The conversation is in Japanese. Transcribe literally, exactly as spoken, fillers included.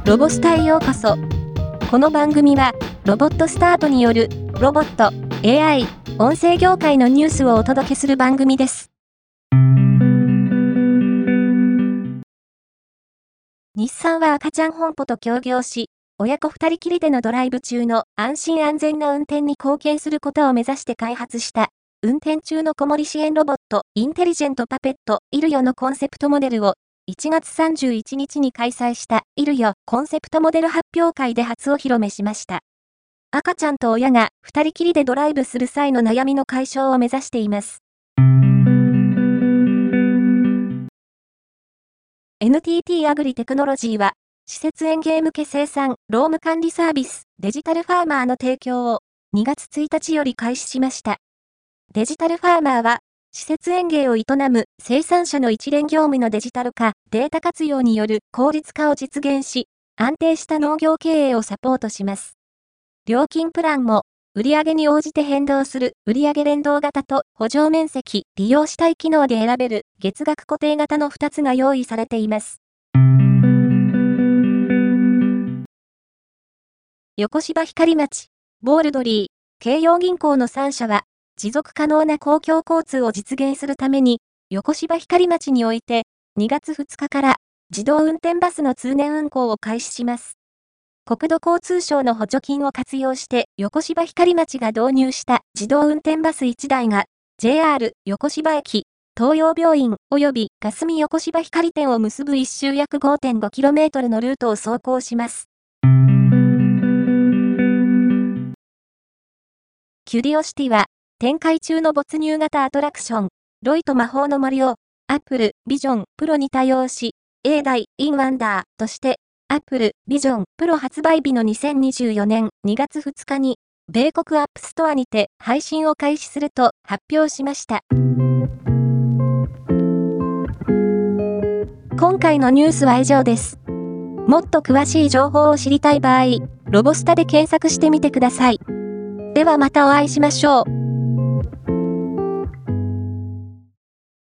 ロボスタへようこそ。この番組は、ロボットスタートによる、ロボット、エーアイ、音声業界のニュースをお届けする番組です。日産は赤ちゃん本舗と協業し、親子二人きりでのドライブ中の安心安全な運転に貢献することを目指して開発した、運転中の子守支援ロボット、インテリジェントパペット、イルヨのコンセプトモデルを、いちがつさんじゅういちにちに開催したイルヨコンセプトモデル発表会で初お披露目しました。赤ちゃんと親が二人きりでドライブする際の悩みの解消を目指しています。エヌティーティー アグリテクノロジーは、施設園芸向け生産、労務管理サービス、デジタルファーマーの提供をにがつついたちより開始しました。デジタルファーマーは、施設園芸を営む生産者の一連業務のデジタル化、データ活用による効率化を実現し、安定した農業経営をサポートします。料金プランも、売上に応じて変動する売上連動型と補助面積、利用したい機能で選べる月額固定型のふたつが用意されています。横芝光町、ボールドリー、京葉銀行のさんしゃは、持続可能な公共交通を実現するために、横芝光町において、にがつふつかから自動運転バスの通年運行を開始します。国土交通省の補助金を活用して、横芝光町が導入した自動運転バスいちだいが、ジェイアール 横芝駅、東洋病院及び霞横芝光店を結ぶ一周約 ごてんごキロメートル のルートを走行します。キュリオシティは、展開中の没入型アトラクション、ロイと魔法の森を、Apple Vision Pro に対応し、エーダイ in Wonder として、Apple Vision Pro 発売日のにせんにじゅうよねんにがつふつかに、米国アップストアにて配信を開始すると発表しました。今回のニュースは以上です。もっと詳しい情報を知りたい場合、ロボスタで検索してみてください。ではまたお会いしましょう。